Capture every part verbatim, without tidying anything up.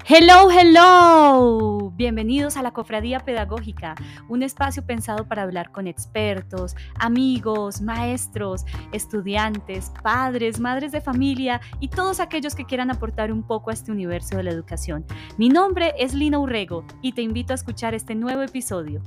Hello, hello. Bienvenidos a la Cofradía Pedagógica, un espacio pensado para hablar con expertos, amigos, maestros, estudiantes, padres, madres de familia y todos aquellos que quieran aportar un poco a este universo de la educación. Mi nombre es Lina Urrego y te invito a escuchar este nuevo episodio.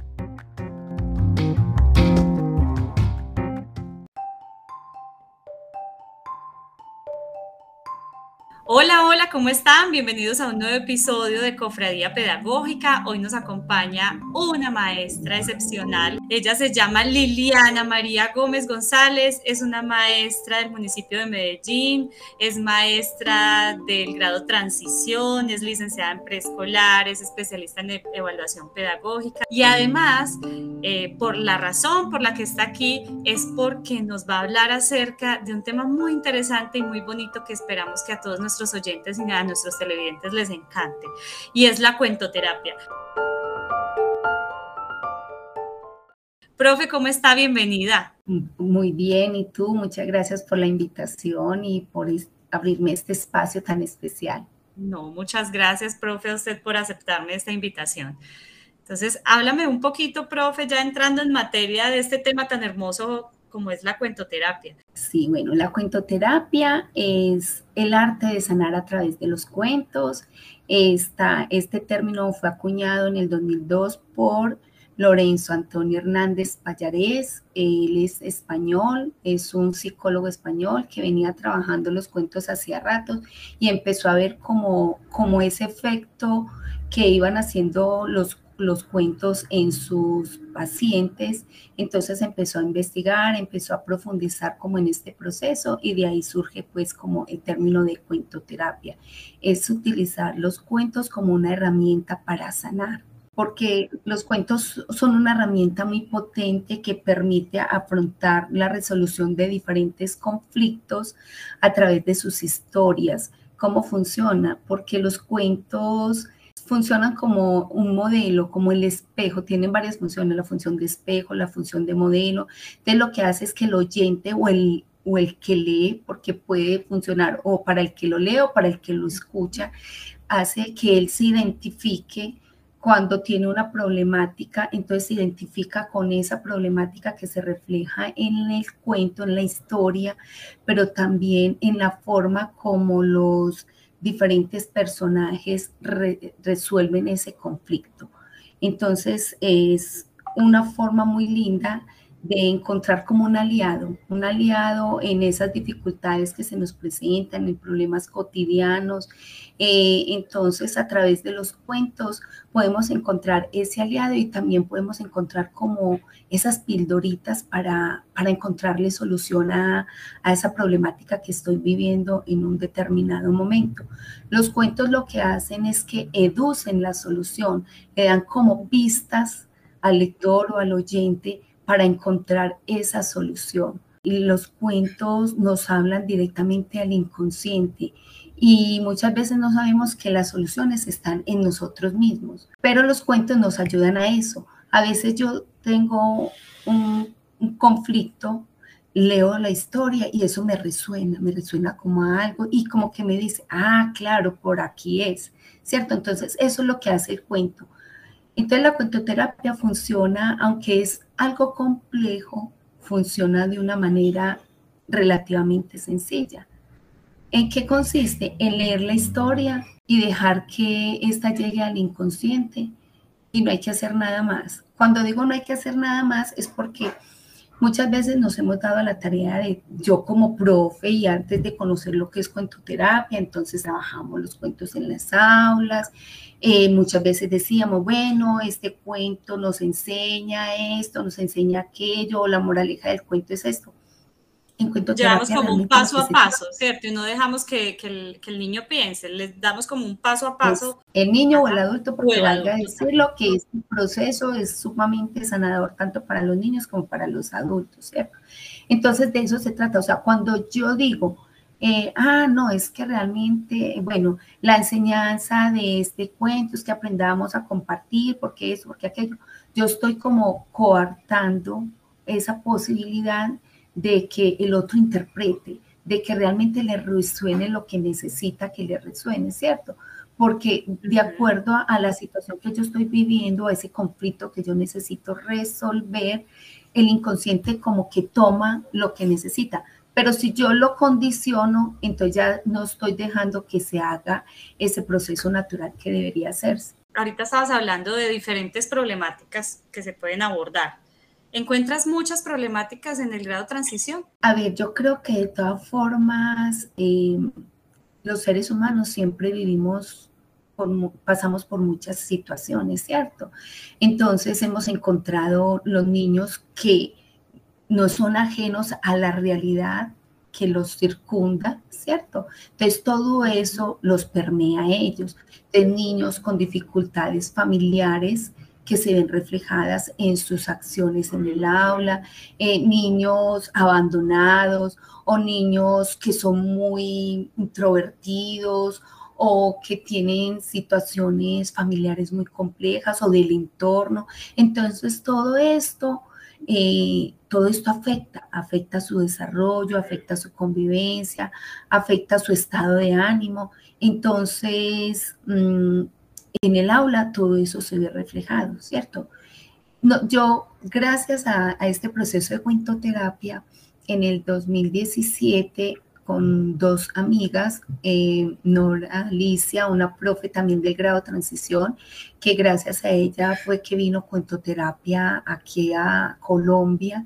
Hola, hola, ¿cómo están? Bienvenidos a un nuevo episodio de Cofradía Pedagógica. Hoy nos acompaña una maestra excepcional. Ella se llama Liliana María Gómez González, es una maestra del municipio de Medellín, es maestra del grado Transición, es licenciada en preescolar, es especialista en evaluación pedagógica y además, eh, por la razón por la que está aquí, es porque nos va a hablar acerca de un tema muy interesante y muy bonito que esperamos que a todos nuestros oyentes y a nuestros televidentes les encante, y es la cuentoterapia. Profe, ¿cómo está? Bienvenida. Muy bien, y tú, muchas gracias por la invitación y por abrirme este espacio tan especial. No, muchas gracias, profe, a usted por aceptarme esta invitación. Entonces, háblame un poquito, profe, ya entrando en materia de este tema tan hermoso como es la cuentoterapia. Sí, bueno, la cuentoterapia es el arte de sanar a través de los cuentos. Esta, este término fue acuñado en el dos mil dos por Lorenzo Antonio Hernández Pallarés. Él es español, es un psicólogo español que venía trabajando los cuentos hacía rato y empezó a ver como, como ese efecto que iban haciendo los los cuentos en sus pacientes. Entonces empezó a investigar, empezó a profundizar como en este proceso y de ahí surge pues como el término de cuentoterapia. Es utilizar los cuentos como una herramienta para sanar, porque los cuentos son una herramienta muy potente que permite afrontar la resolución de diferentes conflictos a través de sus historias. ¿Cómo funciona? Porque los cuentos funcionan como un modelo, como el espejo, tienen varias funciones, la función de espejo, la función de modelo. Entonces lo que hace es que el oyente o el, o el que lee, porque puede funcionar o para el que lo lee o para el que lo escucha, hace que él se identifique cuando tiene una problemática, entonces se identifica con esa problemática que se refleja en el cuento, en la historia, pero también en la forma como los diferentes personajes re, resuelven ese conflicto. Entonces es una forma muy linda de encontrar como un aliado, un aliado en esas dificultades que se nos presentan, en problemas cotidianos. Eh, entonces, a través de los cuentos podemos encontrar ese aliado y también podemos encontrar como esas pildoritas para, para encontrarle solución a, a esa problemática que estoy viviendo en un determinado momento. Los cuentos lo que hacen es que educen la solución, le dan como pistas al lector o al oyente para encontrar esa solución. Y los cuentos nos hablan directamente al inconsciente y muchas veces no sabemos que las soluciones están en nosotros mismos, pero los cuentos nos ayudan a eso. A veces yo tengo un, un conflicto, leo la historia y eso me resuena, me resuena como a algo y como que me dice, ah, claro, por aquí es, ¿cierto? Entonces eso es lo que hace el cuento. Entonces la cuentoterapia funciona, aunque es algo complejo, funciona de una manera relativamente sencilla. ¿En qué consiste? En leer la historia y dejar que ésta llegue al inconsciente y no hay que hacer nada más. Cuando digo no hay que hacer nada más es porque muchas veces nos hemos dado la tarea de, yo como profe y antes de conocer lo que es cuentoterapia, entonces trabajamos los cuentos en las aulas, eh, muchas veces decíamos, bueno, este cuento nos enseña esto, nos enseña aquello, la moraleja del cuento es esto. En Llevamos como un paso a paso, ¿cierto? Y no dejamos que, que, el, que el niño piense, les damos como un paso a paso. Es el niño o el adulto, porque el valga adulto. Decirlo que este proceso es sumamente sanador tanto para los niños como para los adultos, ¿cierto? Entonces de eso se trata, o sea, cuando yo digo, eh, ah, no, es que realmente, bueno, la enseñanza de este cuento es que aprendamos a compartir, porque eso, porque aquello, yo estoy como coartando esa posibilidad de que el otro interprete, de que realmente le resuene lo que necesita que le resuene, ¿cierto? porque de acuerdo a, a la situación que yo estoy viviendo, a ese conflicto que yo necesito resolver, el inconsciente como que toma lo que necesita. Pero si yo lo condiciono, entonces ya no estoy dejando que se haga ese proceso natural que debería hacerse. Ahorita estabas hablando de diferentes problemáticas que se pueden abordar. ¿Encuentras muchas problemáticas en el grado transición? A ver, yo creo que de todas formas, eh, los seres humanos siempre vivimos, por, pasamos por muchas situaciones, ¿cierto? Entonces hemos encontrado los niños que no son ajenos a la realidad que los circunda, ¿cierto? Entonces todo eso los permea a ellos, de niños con dificultades familiares que se ven reflejadas en sus acciones en el aula, eh, niños abandonados o niños que son muy introvertidos o que tienen situaciones familiares muy complejas o del entorno. Entonces todo esto Eh, todo esto afecta, afecta su desarrollo, afecta su convivencia, afecta su estado de ánimo. Entonces, mmm, en el aula todo eso se ve reflejado, ¿cierto? No, yo, gracias a, a este proceso de cuentoterapia, en el dos mil diecisiete, con dos amigas, eh, Nora Alicia, una profe también del grado transición, que gracias a ella fue que vino cuentoterapia aquí a Colombia,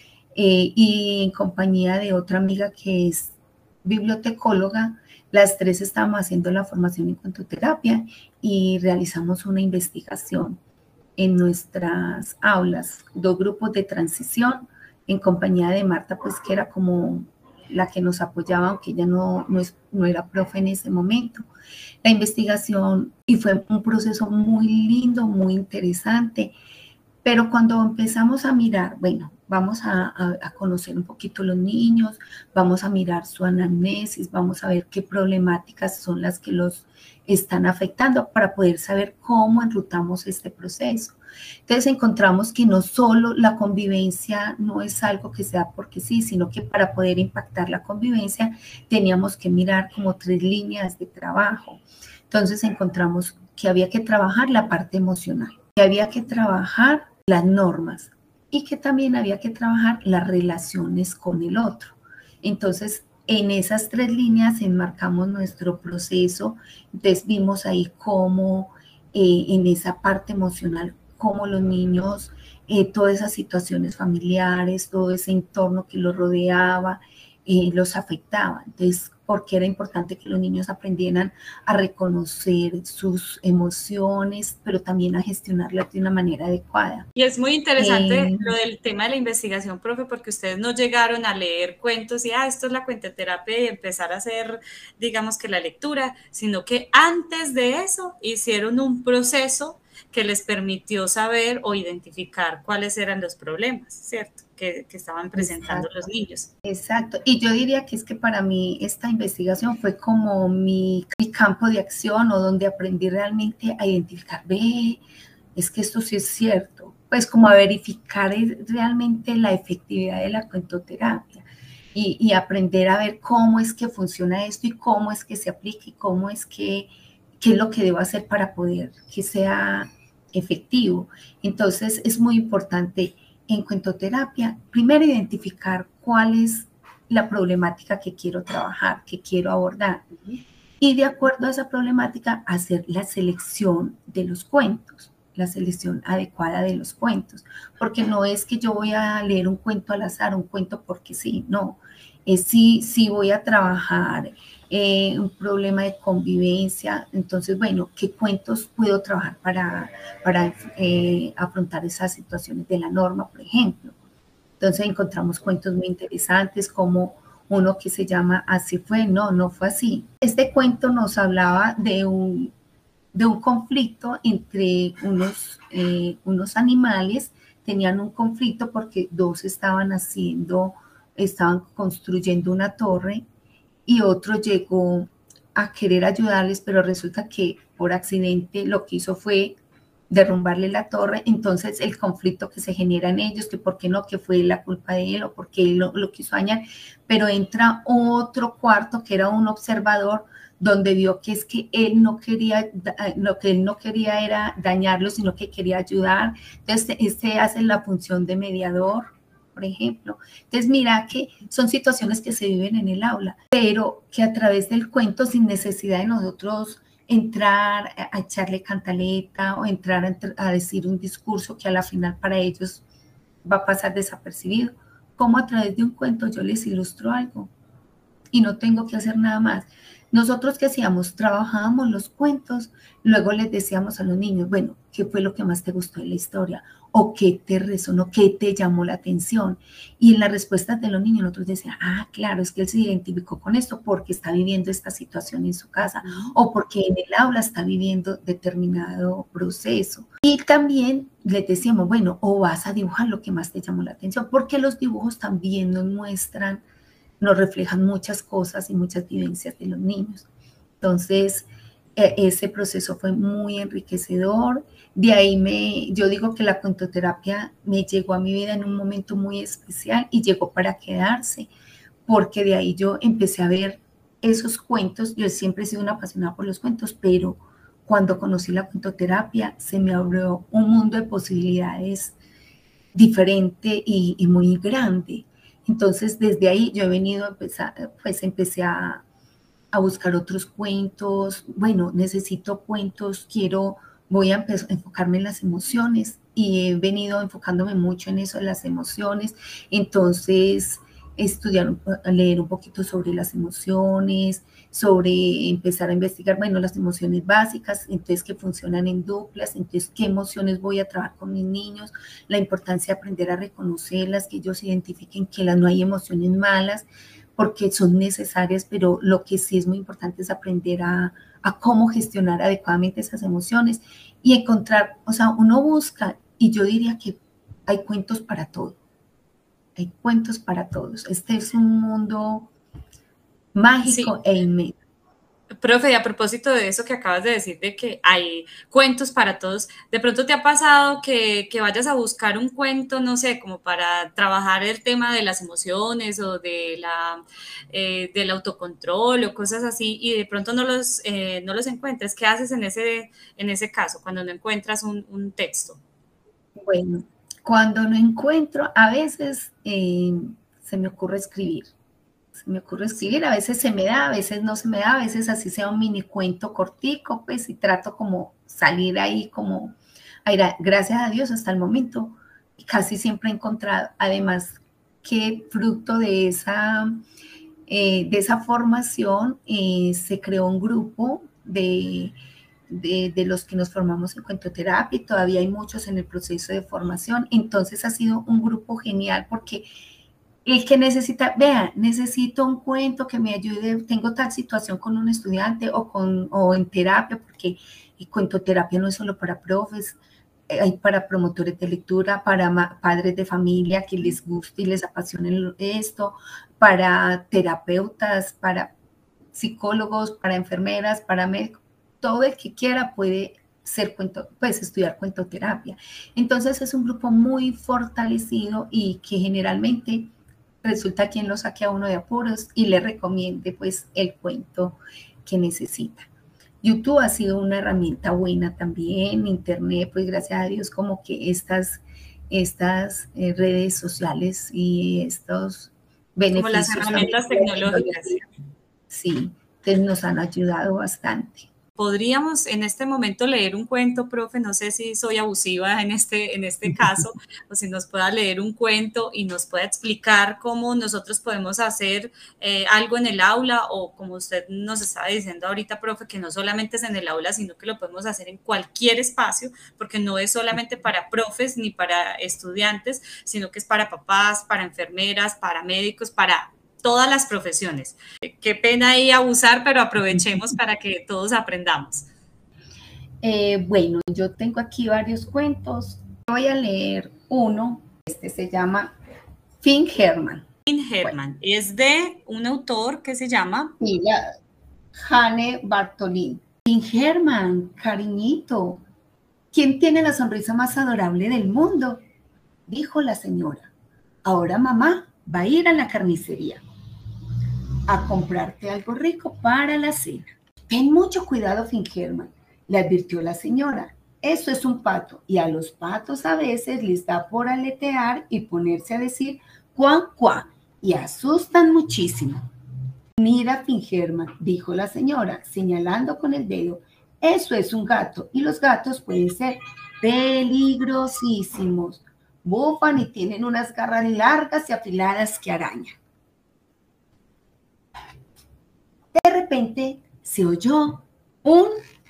eh, y en compañía de otra amiga que es bibliotecóloga, las tres estábamos haciendo la formación en cuentoterapia y realizamos una investigación en nuestras aulas, dos grupos de transición en compañía de Marta, pues que era como la que nos apoyaba, aunque ella no, no, es, no era profe en ese momento. La investigación, y fue un proceso muy lindo, muy interesante, pero cuando empezamos a mirar, bueno, vamos a, a, a conocer un poquito los niños, vamos a mirar su anamnesis, vamos a ver qué problemáticas son las que los están afectando para poder saber cómo enrutamos este proceso. Entonces encontramos que no solo la convivencia no es algo que sea porque sí, sino que para poder impactar la convivencia teníamos que mirar como tres líneas de trabajo. Entonces encontramos que había que trabajar la parte emocional, que había que trabajar las normas y que también había que trabajar las relaciones con el otro. Entonces, en esas tres líneas enmarcamos nuestro proceso, entonces vimos ahí cómo eh, en esa parte emocional, cómo los niños, eh, todas esas situaciones familiares, todo ese entorno que los rodeaba, eh, los afectaba. Entonces, porque era importante que los niños aprendieran a reconocer sus emociones, pero también a gestionarlas de una manera adecuada. Y es muy interesante eh, lo del tema de la investigación, profe, porque ustedes no llegaron a leer cuentos y, ah, esto es la cuentoterapia y empezar a hacer, digamos que la lectura, sino que antes de eso hicieron un proceso que les permitió saber o identificar cuáles eran los problemas, ¿cierto? Que, que estaban presentando exacto, los niños. Exacto, y yo diría que es que para mí esta investigación fue como mi, mi campo de acción o donde aprendí realmente a identificar, ve, es que esto sí es cierto, pues como a verificar realmente la efectividad de la cuentoterapia y, y aprender a ver cómo es que funciona esto y cómo es que se aplica y cómo es que, qué es lo que debo hacer para poder que sea efectivo. Entonces es muy importante en cuentoterapia, primero identificar cuál es la problemática que quiero trabajar, que quiero abordar. Y de acuerdo a esa problemática, hacer la selección de los cuentos, la selección adecuada de los cuentos. Porque no es que yo voy a leer un cuento al azar, un cuento porque sí, no. Es sí, sí voy a trabajar eh, un problema de convivencia. Entonces, bueno, ¿qué cuentos puedo trabajar para, para eh, afrontar esas situaciones de la norma, por ejemplo? Entonces encontramos cuentos muy interesantes como uno que se llama Así fue, no, no fue así. Este cuento nos hablaba de un, de un conflicto entre unos, eh, unos animales, tenían un conflicto porque dos estaban haciendo, estaban construyendo una torre y otro llegó a querer ayudarles, pero resulta que por accidente lo que hizo fue derrumbarle la torre. Entonces el conflicto que se genera en ellos, que por qué no, que fue la culpa de él o por qué él lo, lo quiso dañar, pero entra otro cuarto que era un observador donde vio que es que él no quería, lo que él no quería era dañarlo, sino que quería ayudar. Entonces, este hace la función de mediador, por ejemplo. Entonces, mira que son situaciones que se viven en el aula, pero que a través del cuento, sin necesidad de nosotros entrar a echarle cantaleta o entrar a, a decir un discurso que a la final para ellos va a pasar desapercibido, como a través de un cuento yo les ilustro algo y no tengo que hacer nada más. Nosotros que hacíamos, trabajábamos los cuentos, luego les decíamos a los niños, bueno, ¿qué fue lo que más te gustó de la historia? ¿O qué te resonó? ¿Qué te llamó la atención? Y en las respuestas de los niños nosotros decíamos, ah, claro, es que él se identificó con esto porque está viviendo esta situación en su casa o porque en el aula está viviendo determinado proceso. Y también les decíamos, bueno, o vas a dibujar lo que más te llamó la atención, porque los dibujos también nos muestran, nos reflejan muchas cosas y muchas vivencias de los niños. Entonces, ese proceso fue muy enriquecedor. De ahí me, yo digo que la cuentoterapia me llegó a mi vida en un momento muy especial y llegó para quedarse, porque de ahí yo empecé a ver esos cuentos. Yo siempre he sido una apasionada por los cuentos, pero cuando conocí la cuentoterapia se me abrió un mundo de posibilidades diferente y, y muy grande. Entonces, desde ahí yo he venido a empezar, pues empecé a, a buscar otros cuentos. Bueno, necesito cuentos, quiero, voy a empezar a enfocarme en las emociones y he venido enfocándome mucho en eso, en las emociones. Entonces, estudiar, leer un poquito sobre las emociones, sobre empezar a investigar, bueno, las emociones básicas, entonces que funcionan en duplas, entonces qué emociones voy a trabajar con mis niños, la importancia de aprender a reconocerlas, que ellos identifiquen que las, no hay emociones malas, porque son necesarias, pero lo que sí es muy importante es aprender a, a cómo gestionar adecuadamente esas emociones y encontrar, o sea, uno busca, y yo diría que hay cuentos para todo. Hay cuentos para todos. Este es un mundo mágico sí. e inmenso. Profe, y a propósito de eso que acabas de decir, de que hay cuentos para todos, ¿de pronto te ha pasado que, que vayas a buscar un cuento, no sé, como para trabajar el tema de las emociones o de la, eh, del autocontrol o cosas así, y de pronto no los, eh, no los encuentres? ¿Qué haces en ese, en ese caso, cuando no encuentras un, un texto? Bueno, cuando no encuentro, a veces eh, se me ocurre escribir. Se me ocurre escribir, a veces se me da, a veces no se me da, a veces así sea un mini cuento cortico, pues, y trato como salir ahí como, gracias a Dios hasta el momento, casi siempre he encontrado, además que fruto de esa, eh, de esa formación eh, se creó un grupo de, de, de los que nos formamos en cuentoterapia y todavía hay muchos en el proceso de formación, entonces ha sido un grupo genial porque el que necesita, vea, necesito un cuento que me ayude, tengo tal situación con un estudiante o, con, o en terapia, porque el cuentoterapia no es solo para profes, hay para promotores de lectura, para padres de familia que les guste y les apasione esto, para terapeutas, para psicólogos, para enfermeras, para médicos, todo el que quiera puede ser cuento, pues estudiar cuentoterapia. Entonces es un grupo muy fortalecido y que generalmente resulta quien lo saque a uno de apuros y le recomiende pues el cuento que necesita. YouTube ha sido una herramienta buena también, Internet, pues gracias a Dios como que estas, estas eh, redes sociales y estos beneficios. Como las herramientas tecnológicas. Sí, entonces nos han ayudado bastante. Podríamos en este momento leer un cuento, profe, no sé si soy abusiva en este, en este caso, o si nos pueda leer un cuento y nos pueda explicar cómo nosotros podemos hacer eh, algo en el aula, o como usted nos está diciendo ahorita, profe, que no solamente es en el aula, sino que lo podemos hacer en cualquier espacio, porque no es solamente para profes ni para estudiantes, sino que es para papás, para enfermeras, para médicos, para todas las profesiones. Qué pena ahí abusar, pero aprovechemos para que todos aprendamos. Eh, bueno, yo tengo aquí varios cuentos. Voy a leer uno. Este se llama Finn Herman. Finn Herman. Bueno. Es de un autor que se llama... Sí, la, Jane Bartolín. Finn Herman, cariñito. ¿Quién tiene la sonrisa más adorable del mundo? Dijo la señora. Ahora mamá va a ir a la carnicería a comprarte algo rico para la cena. Ten mucho cuidado, Fingerman, le advirtió la señora. Eso es un pato, y a los patos a veces les da por aletear y ponerse a decir cuá, cuá, y asustan muchísimo. Mira, Fingerman, dijo la señora, señalando con el dedo, eso es un gato, y los gatos pueden ser peligrosísimos. Bufan y tienen unas garras largas y afiladas que arañan. De repente se oyó un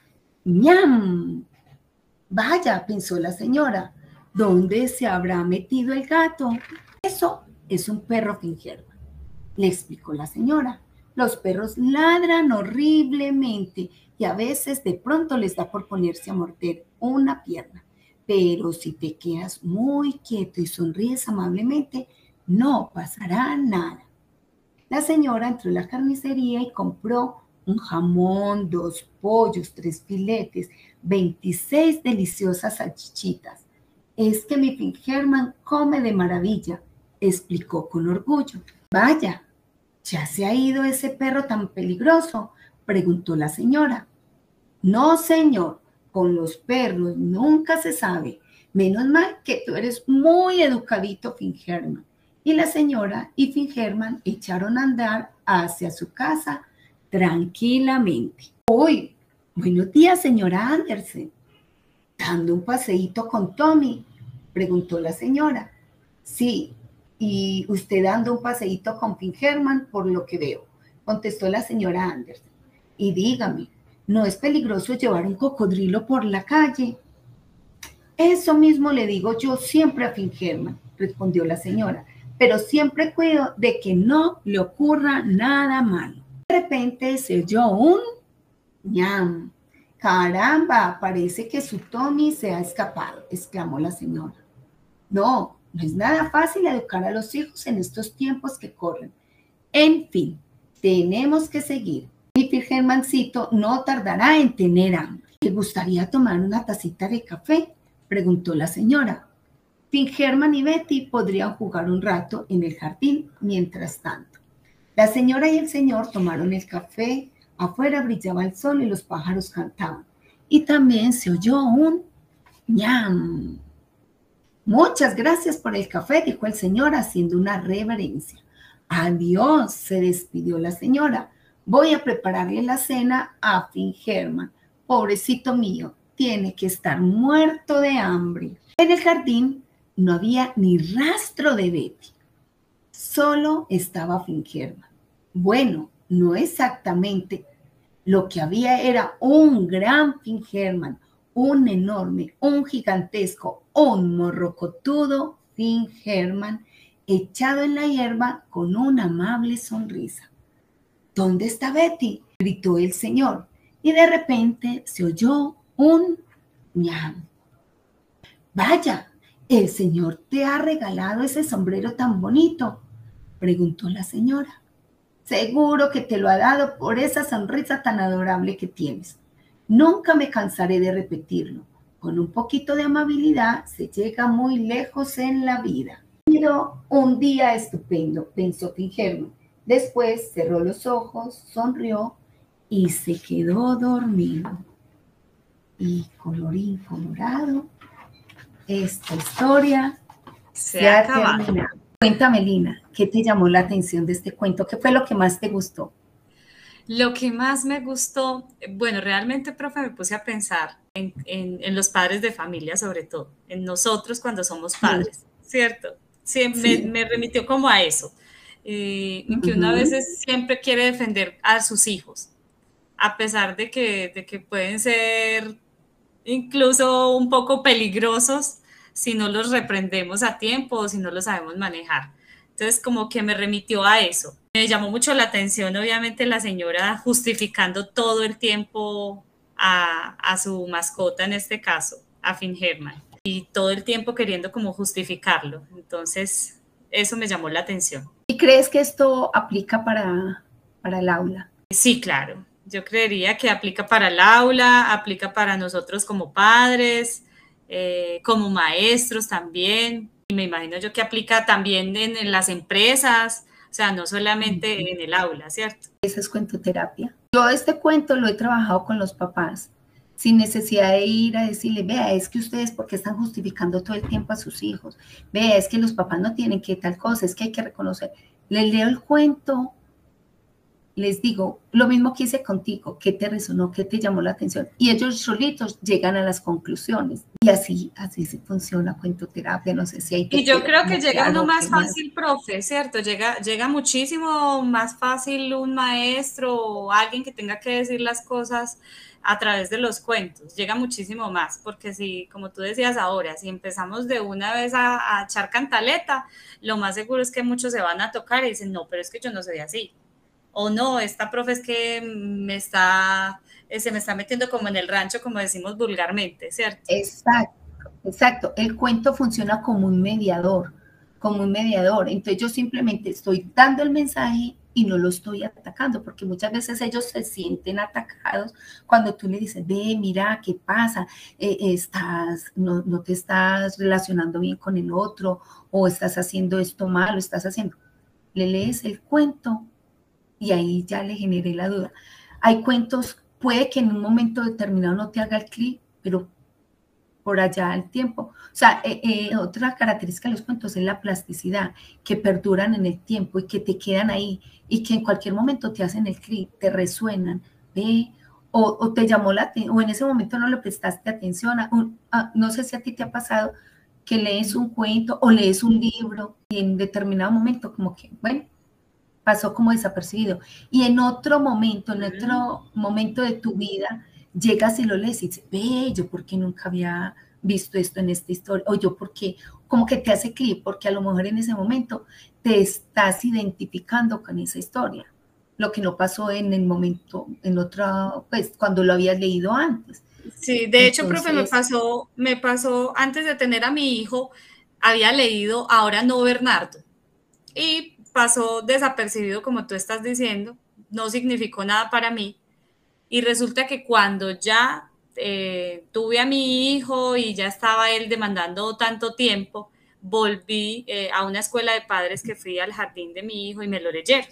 ñam. Vaya, pensó la señora, ¿dónde se habrá metido el gato? Eso es un perro Fingerman, le explicó la señora. Los perros ladran horriblemente y a veces de pronto les da por ponerse a morder una pierna. Pero si te quedas muy quieto y sonríes amablemente, no pasará nada. La señora entró a la carnicería y compró un jamón, dos pollos, tres filetes, veintiséis deliciosas salchichitas. Es que mi Fingerman come de maravilla, explicó con orgullo. Vaya, ¿ya se ha ido ese perro tan peligroso?, preguntó la señora. No, señor, con los perros nunca se sabe. Menos mal que tú eres muy educadito, Fingerman. Y la señora y Fingerman echaron a andar hacia su casa tranquilamente. Uy, buenos días, señora Andersen. ¿Dando un paseíto con Tommy?, preguntó la señora. Sí, y usted dando un paseíto con Fingerman, por lo que veo, contestó la señora Andersen. Y dígame, ¿no es peligroso llevar un cocodrilo por la calle? Eso mismo le digo yo siempre a Fingerman, respondió la señora, pero siempre cuido de que no le ocurra nada malo. De repente se oyó un ñam. Caramba, parece que su Tommy se ha escapado, exclamó la señora. No, no es nada fácil educar a los hijos en estos tiempos que corren. En fin, tenemos que seguir. Mi Fingermancito no tardará en tener hambre. ¿Le gustaría tomar una tacita de café?, preguntó la señora. Fingerman y Betty podrían jugar un rato en el jardín mientras tanto. La señora y el señor tomaron el café. Afuera brillaba el sol y los pájaros cantaban. Y también se oyó un ñam. Muchas gracias por el café, dijo el señor haciendo una reverencia. Adiós, se despidió la señora. Voy a prepararle la cena a Fingerman. Pobrecito mío, tiene que estar muerto de hambre. En el jardín no había ni rastro de Betty. Solo estaba Fingerman. Bueno, no exactamente. Lo que había era un gran Fingerman, un enorme, un gigantesco, un morrocotudo Fingerman echado en la hierba con una amable sonrisa. ¿Dónde está Betty?, gritó el señor, y de repente se oyó un ñam. Vaya, ¿el señor te ha regalado ese sombrero tan bonito?, preguntó la señora. Seguro que te lo ha dado por esa sonrisa tan adorable que tienes. Nunca me cansaré de repetirlo. Con un poquito de amabilidad se llega muy lejos en la vida. Ha sido un día estupendo, pensó Fingerman. Después cerró los ojos, sonrió y se quedó dormido. Y colorín colorado, esta historia se, se ha acabado. terminado. Cuéntame, Lina, ¿qué te llamó la atención de este cuento? ¿Qué fue lo que más te gustó? Lo que más me gustó, bueno, realmente, profe, me puse a pensar en, en, en los padres de familia, sobre todo, en nosotros cuando somos padres, sí. ¿Cierto? Sí, me, sí. me remitió como a eso, eh, uh-huh. que uno a veces siempre quiere defender a sus hijos, a pesar de que, de que pueden ser incluso un poco peligrosos si no los reprendemos a tiempo o si no los sabemos manejar. Entonces, como que me remitió a eso. Me llamó mucho la atención, obviamente, la señora justificando todo el tiempo a, a su mascota, en este caso, a Fingerman, y todo el tiempo queriendo como justificarlo. Entonces, eso me llamó la atención. ¿Y crees que esto aplica para, para el aula? Sí, claro. Yo creería que aplica para el aula, aplica para nosotros como padres, eh, como maestros también. Y me imagino yo que aplica también en, en las empresas, o sea, no solamente uh-huh. en el aula, ¿cierto? Eso es cuentoterapia. Yo este cuento lo he trabajado con los papás, sin necesidad de ir a decirle, vea, es que ustedes porque están justificando todo el tiempo a sus hijos, vea, es que los papás no tienen que tal cosa, es que hay que reconocer. Les leo el cuento, les digo, lo mismo que hice contigo, qué te resonó, qué te llamó la atención, y ellos solitos llegan a las conclusiones. Y así, así se funciona cuentoterapia, no sé si hay te Y yo creo que llega claro, uno más más. fácil, profe, ¿cierto? Llega, llega muchísimo más fácil un maestro o alguien que tenga que decir las cosas a través de los cuentos. Llega muchísimo más, porque si, como tú decías ahora, si empezamos de una vez a, a echar cantaleta, lo más seguro es que muchos se van a tocar y dicen, no, pero es que yo no soy así. O no, esta profe es que me está, se me está metiendo como en el rancho, como decimos vulgarmente, ¿cierto? Exacto, exacto. El cuento funciona como un mediador, como un mediador. Entonces yo simplemente estoy dando el mensaje y no lo estoy atacando, porque muchas veces ellos se sienten atacados cuando tú le dices, ve, mira, ¿qué pasa? Eh, estás, no, no te estás relacionando bien con el otro, o estás haciendo esto mal, o estás haciendo. Le lees el cuento y ahí ya le generé la duda. Hay cuentos, puede que en un momento determinado no te haga el clic, pero por allá el tiempo. O sea, eh, eh, otra característica de los cuentos es la plasticidad, que perduran en el tiempo y que te quedan ahí y que en cualquier momento te hacen el clic, te resuenan, ve, o, o, te llamó la atención, o en ese momento no le prestaste atención. A un, a, no sé si a ti te ha pasado que lees un cuento o lees un libro y en determinado momento como que, bueno, pasó como desapercibido. Y en otro momento, en otro momento de tu vida, llegas y lo lees y dices, ve, yo por qué nunca había visto esto en esta historia, o yo por qué, como que te hace clic, porque a lo mejor en ese momento te estás identificando con esa historia, lo que no pasó en el momento, en otra, pues cuando lo habías leído antes. Sí, de hecho, profe, me pasó, me pasó antes de tener a mi hijo, había leído Ahora no, Bernardo, y pasó desapercibido, como tú estás diciendo, no significó nada para mí, y resulta que cuando ya eh, tuve a mi hijo y ya estaba él demandando tanto tiempo, volví eh, a una escuela de padres que fui al jardín de mi hijo y me lo leyeron.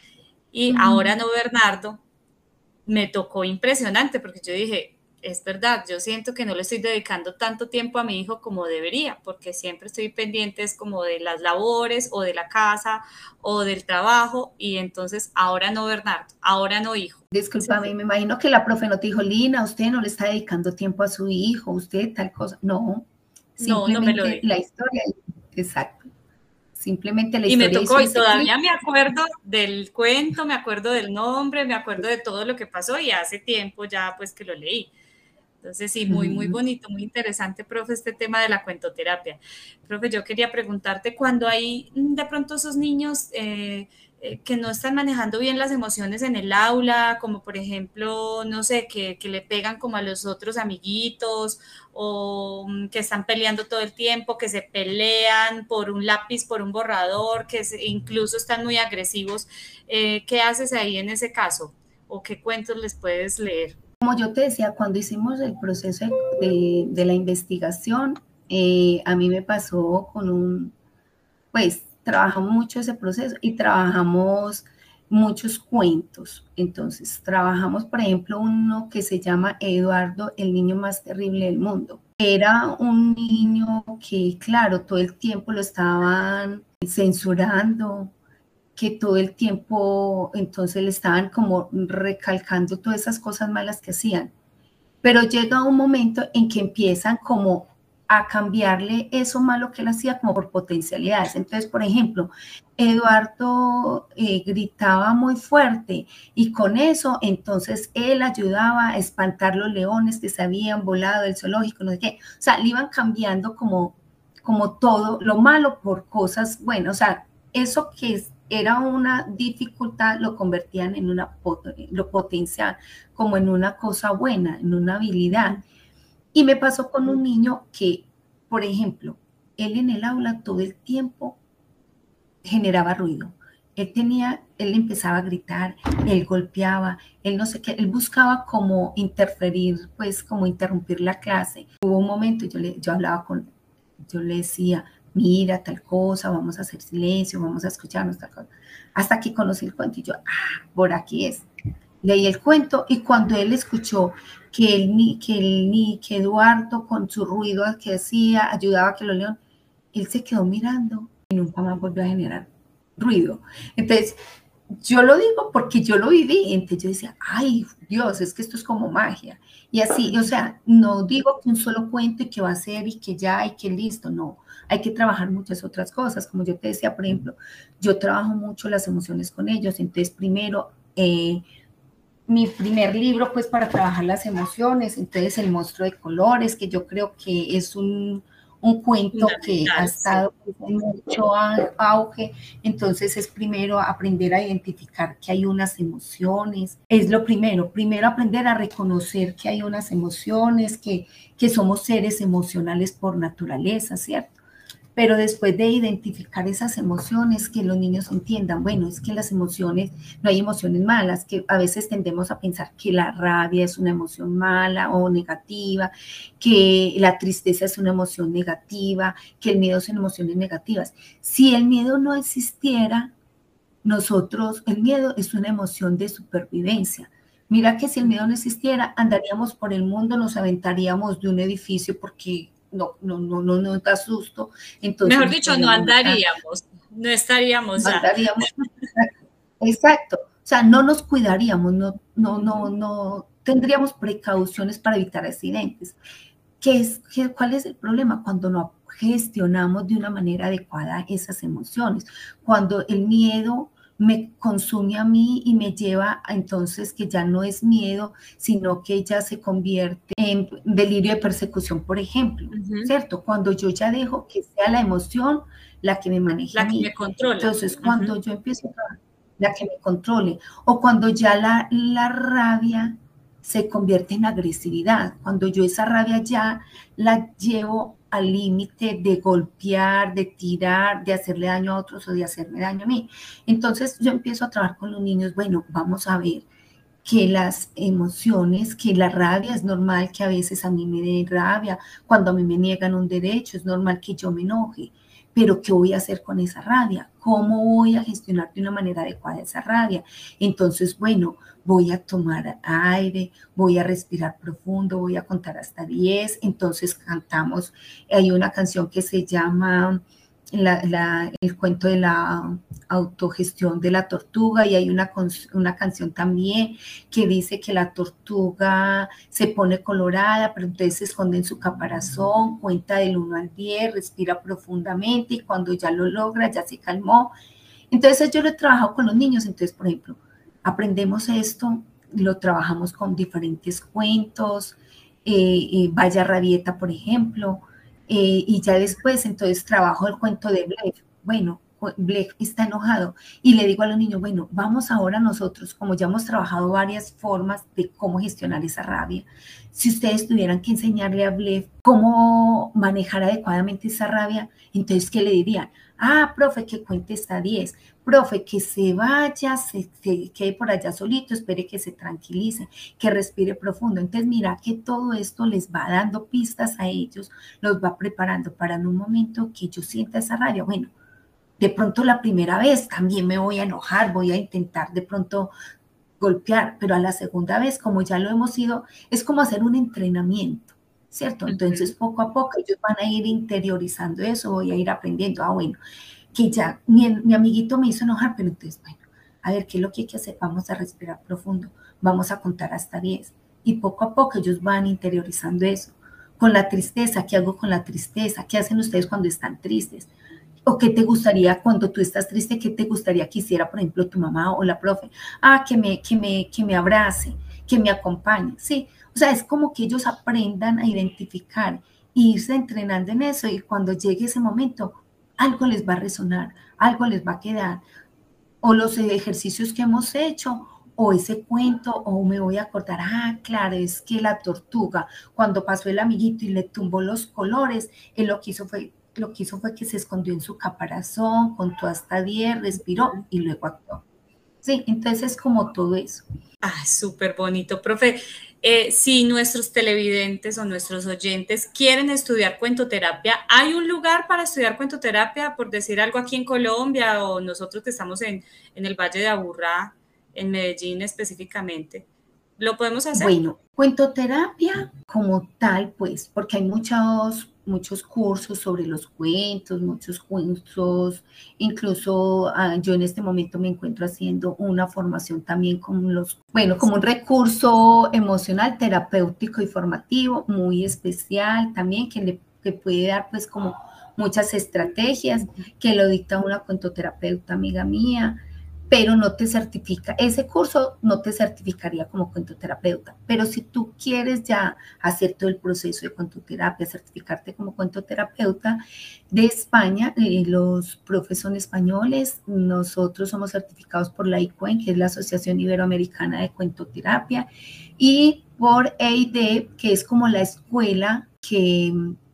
Y Ahora no, Bernardo, me tocó impresionante porque yo dije, es verdad, yo siento que no le estoy dedicando tanto tiempo a mi hijo como debería, porque siempre estoy pendiente es como de las labores o de la casa o del trabajo, y entonces ahora no, Bernardo, ahora no, hijo. Discúlpame, me imagino que la profe no te dijo, Lina, usted no le está dedicando tiempo a su hijo, usted tal cosa. No, No, no me lo simplemente dijo. la historia, exacto. Simplemente la Y me historia hizo tocó, y ese clic. todavía me acuerdo del cuento, me acuerdo del nombre, me acuerdo de todo lo que pasó, y hace tiempo ya pues que lo leí. Entonces, sí, muy, muy bonito, muy interesante, profe, este tema de la cuentoterapia. Profe, yo quería preguntarte, cuando hay de pronto esos niños eh, eh, que no están manejando bien las emociones en el aula, como por ejemplo, no sé, que, que le pegan como a los otros amiguitos, o um, que están peleando todo el tiempo, que se pelean por un lápiz, por un borrador, que se, incluso están muy agresivos, eh, ¿qué haces ahí en ese caso? ¿O qué cuentos les puedes leer? Como yo te decía, cuando hicimos el proceso de, de la investigación, eh, a mí me pasó con un, pues trabajamos mucho ese proceso y trabajamos muchos cuentos. Entonces, trabajamos, por ejemplo, uno que se llama Eduardo, el niño más terrible del mundo. Era un niño que, claro, todo el tiempo lo estaban censurando, que todo el tiempo entonces le estaban como recalcando todas esas cosas malas que hacían. Pero llega un momento en que empiezan como a cambiarle eso malo que él hacía como por potencialidades. Entonces, por ejemplo, Eduardo eh, gritaba muy fuerte y con eso entonces él ayudaba a espantar los leones que se habían volado del zoológico, no sé qué. O sea, le iban cambiando como, como todo lo malo por cosas buenas. O sea, eso que es, era una dificultad lo convertían en una, lo potencial como en una cosa buena, en una habilidad. Y me pasó con un niño que, por ejemplo, él en el aula todo el tiempo generaba ruido. Él tenía, él empezaba a gritar, él golpeaba, él no sé qué, él buscaba como interferir, pues como interrumpir la clase. Hubo un momento, yo, le, yo hablaba con, yo le decía, mira tal cosa, vamos a hacer silencio, vamos a escucharnos tal cosa. Hasta que conocí el cuento y yo, ah, por aquí es. leí el cuento y cuando él escuchó que, el, ni- que, el, ni- que Eduardo con su ruido que hacía ayudaba a que los leones, él se quedó mirando y nunca más volvió a generar ruido. Entonces, yo lo digo porque yo lo viví, entonces yo decía, ay, Dios, es que esto es como magia. Y así, o sea, no digo que un solo cuento y que va a ser y que ya y que listo, no. Hay que trabajar muchas otras cosas. Como yo te decía, por ejemplo, yo trabajo mucho las emociones con ellos. Entonces, primero, eh, mi primer libro, pues, para trabajar las emociones, entonces El monstruo de colores, que yo creo que es un, un cuento que ha Fundamental, sí. estado en mucho auge, entonces es primero aprender a identificar que hay unas emociones, es lo primero, primero aprender a reconocer que hay unas emociones, que, que somos seres emocionales por naturaleza, ¿cierto? Pero después de identificar esas emociones, que los niños entiendan, bueno, es que las emociones, no hay emociones malas, que a veces tendemos a pensar que la rabia es una emoción mala o negativa, que la tristeza es una emoción negativa, que el miedo son emociones negativas. Si el miedo no existiera, nosotros, el miedo es una emoción de supervivencia. Mira que si el miedo no existiera, andaríamos por el mundo, nos aventaríamos de un edificio porque no, no, no, no nos da susto, entonces Mejor nos dicho, no podríamos matar, andaríamos, no estaríamos no ya. andaríamos. Exacto, o sea, no nos cuidaríamos, no, no, no, Ujú. no tendríamos precauciones para evitar accidentes. ¿Qué es, qué, ¿Cuál es el problema? Cuando no gestionamos de una manera adecuada esas emociones, cuando el miedo me consume a mí y me lleva a entonces que ya no es miedo, sino que ya se convierte en delirio de persecución, por ejemplo, Ujú. ¿cierto? Cuando yo ya dejo que sea la emoción la que me maneje a La que me mí. controla. Entonces, Ujú. cuando yo empiezo a la que me controle, o cuando ya la, la rabia se convierte en agresividad, cuando yo esa rabia ya la llevo al límite de golpear, de tirar, de hacerle daño a otros o de hacerme daño a mí. Entonces yo empiezo a trabajar con los niños, bueno, vamos a ver que las emociones, que la rabia es normal que a veces a mí me dé rabia, cuando a mí me niegan un derecho, es normal que yo me enoje, pero ¿qué voy a hacer con esa rabia? ¿Cómo voy a gestionar de una manera adecuada esa rabia? Entonces, bueno, voy a tomar aire, voy a respirar profundo, voy a contar hasta diez, entonces cantamos, hay una canción que se llama la, la, el cuento de la autogestión de la tortuga y hay una, una canción también que dice que la tortuga se pone colorada, pero entonces se esconde en su caparazón, cuenta del uno al diez, respira profundamente y cuando ya lo logra, ya se calmó. Entonces yo lo he trabajado con los niños, entonces por ejemplo, aprendemos esto, lo trabajamos con diferentes cuentos, eh, eh, Vaya Rabieta, por ejemplo, eh, y ya después entonces trabajo el cuento de Blef. Bueno, Blef está enojado y le digo a los niños, bueno, vamos ahora nosotros, como ya hemos trabajado varias formas de cómo gestionar esa rabia, si ustedes tuvieran que enseñarle a Blef cómo manejar adecuadamente esa rabia, entonces, ¿qué le dirían? Ah, profe, que cuente hasta diez. Profe, que se vaya, se, se quede por allá solito, espere que se tranquilice, que respire profundo. Entonces, mira que todo esto les va dando pistas a ellos, los va preparando para en un momento que yo sienta esa rabia. Bueno, de pronto la primera vez también me voy a enojar, voy a intentar de pronto golpear, pero a la segunda vez, como ya lo hemos ido, es como hacer un entrenamiento, ¿cierto? Entonces, Ujú. poco a poco ellos van a ir interiorizando eso, voy a ir aprendiendo, ah, bueno, que ya mi, mi amiguito me hizo enojar, pero entonces, bueno, a ver, ¿qué es lo que hay que hacer? Vamos a respirar profundo, vamos a contar hasta diez. Y poco a poco ellos van interiorizando eso. Con la tristeza, ¿qué hago con la tristeza? ¿Qué hacen ustedes cuando están tristes? ¿O qué te gustaría cuando tú estás triste? ¿Qué te gustaría que hiciera, por ejemplo, tu mamá o la profe? Ah, que me, que me, que me abrace, que me acompañe. Sí, o sea, es como que ellos aprendan a identificar e irse entrenando en eso y cuando llegue ese momento, algo les va a resonar, algo les va a quedar. O los ejercicios que hemos hecho, o ese cuento, o me voy a acordar, ah, claro, es que la tortuga, cuando pasó el amiguito y le tumbó los colores, él lo que hizo fue, lo que hizo fue que se escondió en su caparazón, contó hasta diez, respiró y luego actuó. Sí, entonces es como todo eso. Ah, súper bonito, profe. Eh, si nuestros televidentes o nuestros oyentes quieren estudiar cuentoterapia, ¿hay un lugar para estudiar cuentoterapia, por decir algo aquí en Colombia o nosotros que estamos en, en el Valle de Aburrá? en Medellín específicamente. ¿Lo podemos hacer? Bueno, cuentoterapia como tal, pues, porque hay muchos, muchos cursos sobre los cuentos, muchos cursos, incluso uh, yo en este momento me encuentro haciendo una formación también con los, bueno, como un recurso emocional, terapéutico y formativo muy especial también, que le que puede dar pues como muchas estrategias, que lo dicta una cuentoterapeuta amiga mía, pero no te certifica, ese curso no te certificaría como cuentoterapeuta, pero si tú quieres ya hacer todo el proceso de cuentoterapia, certificarte como cuentoterapeuta de España, eh, los profes son españoles, nosotros somos certificados por la I C U E N, que es la Asociación Iberoamericana de Cuentoterapia, y por E I D E P, que es como la escuela que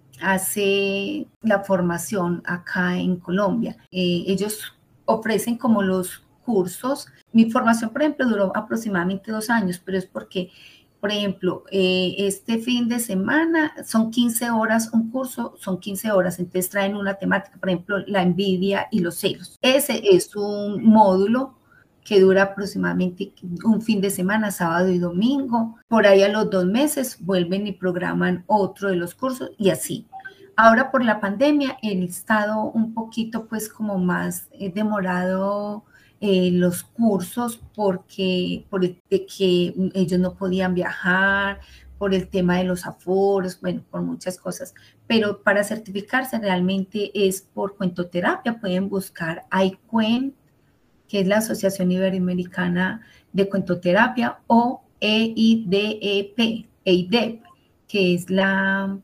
hace la formación acá en Colombia. Eh, ellos ofrecen como los cursos. Mi formación, por ejemplo, duró aproximadamente dos años, pero es porque, por ejemplo, eh, este fin de semana son quince horas un curso, son quince horas, entonces traen una temática, por ejemplo, la envidia y los celos. Ese es un módulo que dura aproximadamente un fin de semana, sábado y domingo. Por ahí a los dos meses vuelven y programan otro de los cursos y así. Ahora por la pandemia he estado un poquito pues como más eh, demorado eh, los cursos porque por el de que ellos no podían viajar, por el tema de los aforos, bueno, por muchas cosas. Pero para certificarse realmente es por cuentoterapia. Pueden buscar I C U E N, que es la Asociación Iberoamericana de Cuentoterapia, o E I D E P, E I D E P, que es la,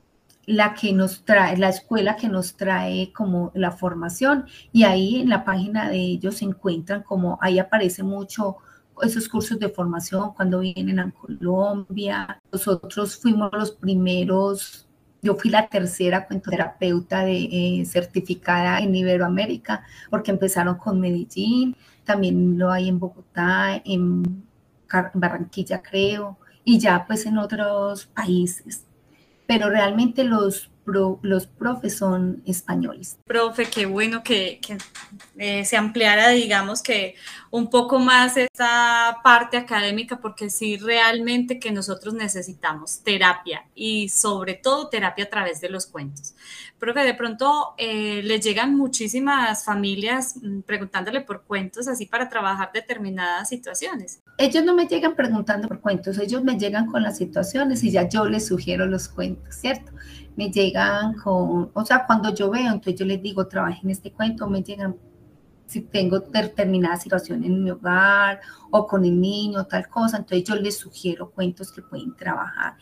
la que nos trae, la escuela que nos trae como la formación, y ahí en la página de ellos se encuentran como, ahí aparece mucho esos cursos de formación cuando vienen a Colombia. Nosotros fuimos los primeros. Yo fui la tercera cuentoterapeuta de, eh, certificada en Iberoamérica, porque empezaron con Medellín, también lo hay en Bogotá, en Barranquilla creo, y ya pues en otros países. Pero realmente los, pro, los profes son españoles. Profe, qué bueno que, que eh, se ampliara, digamos que un poco más esta parte académica, porque sí realmente que nosotros necesitamos terapia y sobre todo terapia a través de los cuentos. Profe, de pronto eh, les llegan muchísimas familias mmm, preguntándole por cuentos así para trabajar determinadas situaciones. Ellos no me llegan preguntando por cuentos, ellos me llegan con las situaciones y ya yo les sugiero los cuentos, ¿cierto? Me llegan con, o sea, cuando yo veo, entonces yo les digo, trabajen este cuento, me llegan si tengo determinada situación en mi hogar o con el niño, tal cosa, entonces yo les sugiero cuentos que pueden trabajar.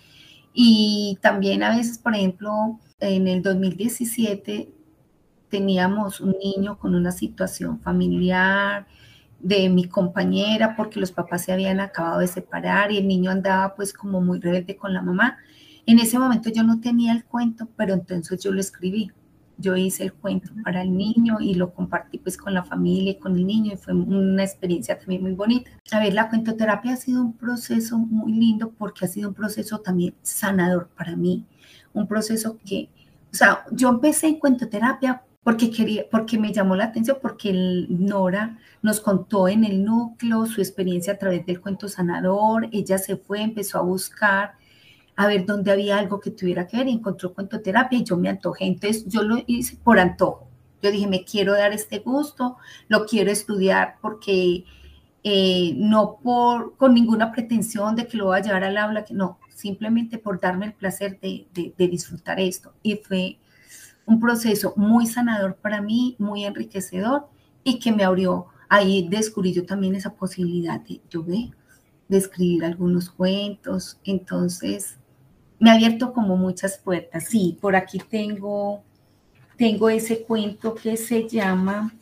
Y también a veces, por ejemplo, en el dos mil diecisiete teníamos un niño con una situación familiar de mi compañera porque los papás se habían acabado de separar y el niño andaba pues como muy rebelde con la mamá. En ese momento yo no tenía el cuento, pero entonces yo lo escribí. Yo hice el cuento para el niño y lo compartí pues con la familia y con el niño y fue una experiencia también muy bonita. A ver, la cuentoterapia ha sido un proceso muy lindo porque ha sido un proceso también sanador para mí. Un proceso que, o sea, yo empecé en cuentoterapia porque quería, porque me llamó la atención, porque el Nora nos contó en el núcleo su experiencia a través del cuento sanador. Ella se fue, empezó a buscar a ver dónde había algo que tuviera que ver y encontró cuentoterapia y yo me antojé. Entonces yo lo hice por antojo. Yo dije, me quiero dar este gusto, lo quiero estudiar porque eh, no por, con ninguna pretensión de que lo voy a llevar al aula, que no, simplemente por darme el placer de, de, de disfrutar esto. Y fue un proceso muy sanador para mí, muy enriquecedor y que me abrió, ahí descubrí yo también esa posibilidad de, yo ve, de escribir algunos cuentos. Entonces me ha abierto como muchas puertas. Sí, por aquí tengo, tengo ese cuento que se llama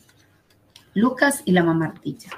Lucas y la mamá ardilla.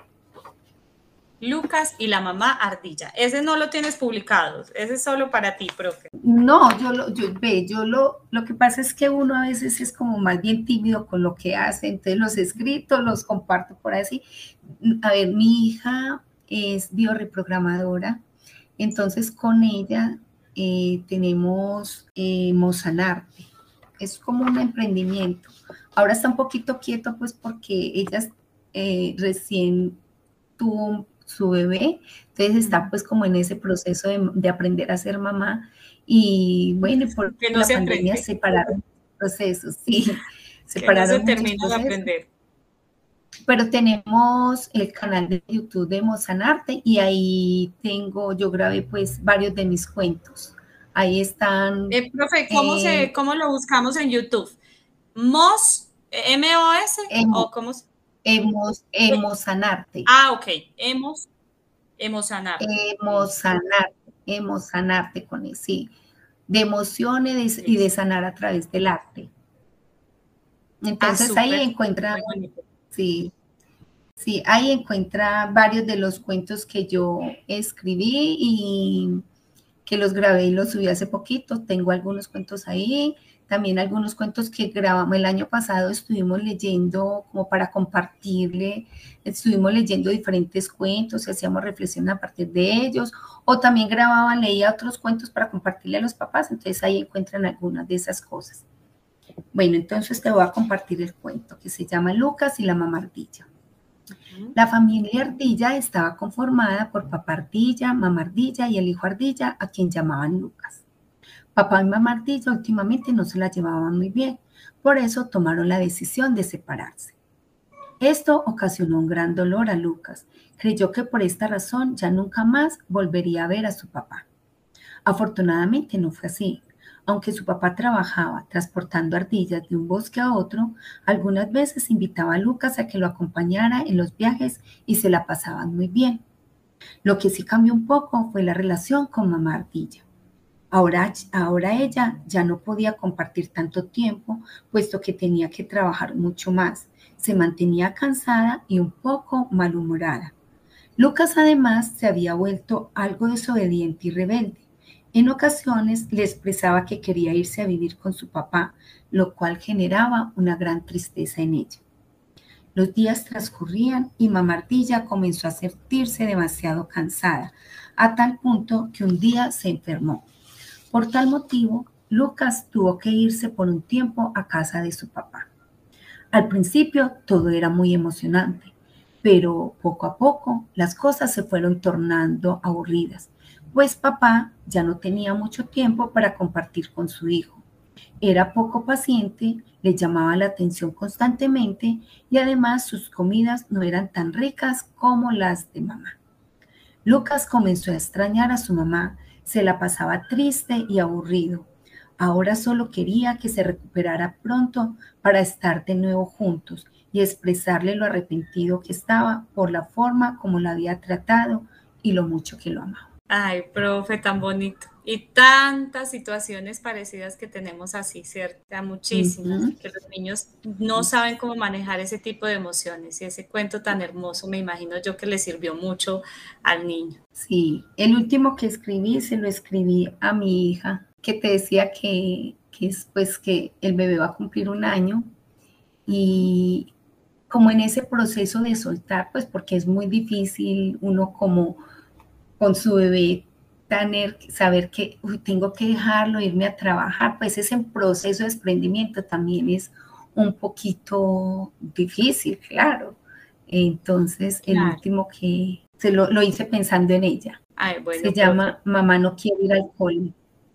Lucas y la mamá ardilla. Ese no lo tienes publicado, ese es solo para ti, profe. No, yo lo, yo, ve, yo lo, lo que pasa es que uno a veces es como más bien tímido con lo que hace, entonces los escritos los comparto por así. A ver, mi hija es bioreprogramadora, entonces con ella eh, tenemos eh, Mozanarte, es como un emprendimiento. Ahora está un poquito quieto pues porque ella eh, recién tuvo su bebé, entonces está pues como en ese proceso de, de aprender a ser mamá y bueno, por Que no la se pandemia aprende, separaron procesos, sí, que no se separaron muchos termina de procesos, aprender. pero tenemos el canal de YouTube de Mozanarte y ahí tengo, yo grabé pues varios de mis cuentos. Ahí están. Eh, profe, ¿cómo, se, Eh, ¿cómo lo buscamos en YouTube? ¿Mos, M O S hemos, o cómo? se- hemos, eh, Emosanarte, ah, ok, hemos, emocionarte. Listo, Emosanarte, Emosanarte con eso, sí, de emociones y de listo. sanar a través del arte. Ah, Entonces ahí súper, encuentra, muy bonito. sí, sí, ahí encuentra varios de los cuentos que yo escribí y que los grabé y los subí hace poquito. Tengo algunos cuentos ahí, también algunos cuentos que grabamos el año pasado, estuvimos leyendo como para compartirle, estuvimos leyendo diferentes cuentos y hacíamos reflexión a partir de ellos, o también grababa, leía otros cuentos para compartirle a los papás, entonces ahí encuentran algunas de esas cosas. Bueno, entonces te voy a compartir el cuento que se llama Lucas y la mamá ardilla. La familia ardilla estaba conformada por papá ardilla, mamá ardilla y el hijo ardilla, a quien llamaban Lucas. Papá y mamá ardilla últimamente no se la llevaban muy bien, por eso tomaron la decisión de separarse. Esto ocasionó un gran dolor a Lucas. Creyó que por esta razón ya nunca más volvería a ver a su papá. Afortunadamente no fue así. Aunque su papá trabajaba transportando ardillas de un bosque a otro, algunas veces invitaba a Lucas a que lo acompañara en los viajes y se la pasaban muy bien. Lo que sí cambió un poco fue la relación con mamá ardilla. Ahora, ahora ella ya no podía compartir tanto tiempo, puesto que tenía que trabajar mucho más. Se mantenía cansada y un poco malhumorada. Lucas además se había vuelto algo desobediente y rebelde. En ocasiones le expresaba que quería irse a vivir con su papá, lo cual generaba una gran tristeza en ella. Los días transcurrían y mamá ardilla comenzó a sentirse demasiado cansada, a tal punto que un día se enfermó. Por tal motivo, Lucas tuvo que irse por un tiempo a casa de su papá. Al principio todo era muy emocionante, pero poco a poco las cosas se fueron tornando aburridas, pues papá ya no tenía mucho tiempo para compartir con su hijo. Era poco paciente, le llamaba la atención constantemente y además sus comidas no eran tan ricas como las de mamá. Lucas comenzó a extrañar a su mamá, se la pasaba triste y aburrido. Ahora solo quería que se recuperara pronto para estar de nuevo juntos y expresarle lo arrepentido que estaba por la forma como la había tratado y lo mucho que lo amaba. Ay, profe, tan bonito. Y tantas situaciones parecidas que tenemos así, ¿cierto? O sea, muchísimas, Ujú. que los niños no saben cómo manejar ese tipo de emociones y ese cuento tan hermoso, me imagino yo que le sirvió mucho al niño. Sí, el último que escribí se lo escribí a mi hija, que te decía que, que es pues que el bebé va a cumplir un año Ujú. y como en ese proceso de soltar, pues porque es muy difícil uno como con su bebé tener, saber que uy, tengo que dejarlo, irme a trabajar, pues ese proceso de desprendimiento también es un poquito difícil, claro. Entonces, el Claro. último que se lo, lo hice pensando en ella. Ay, Se bueno, profe. llama Mamá no quiere ir al cole.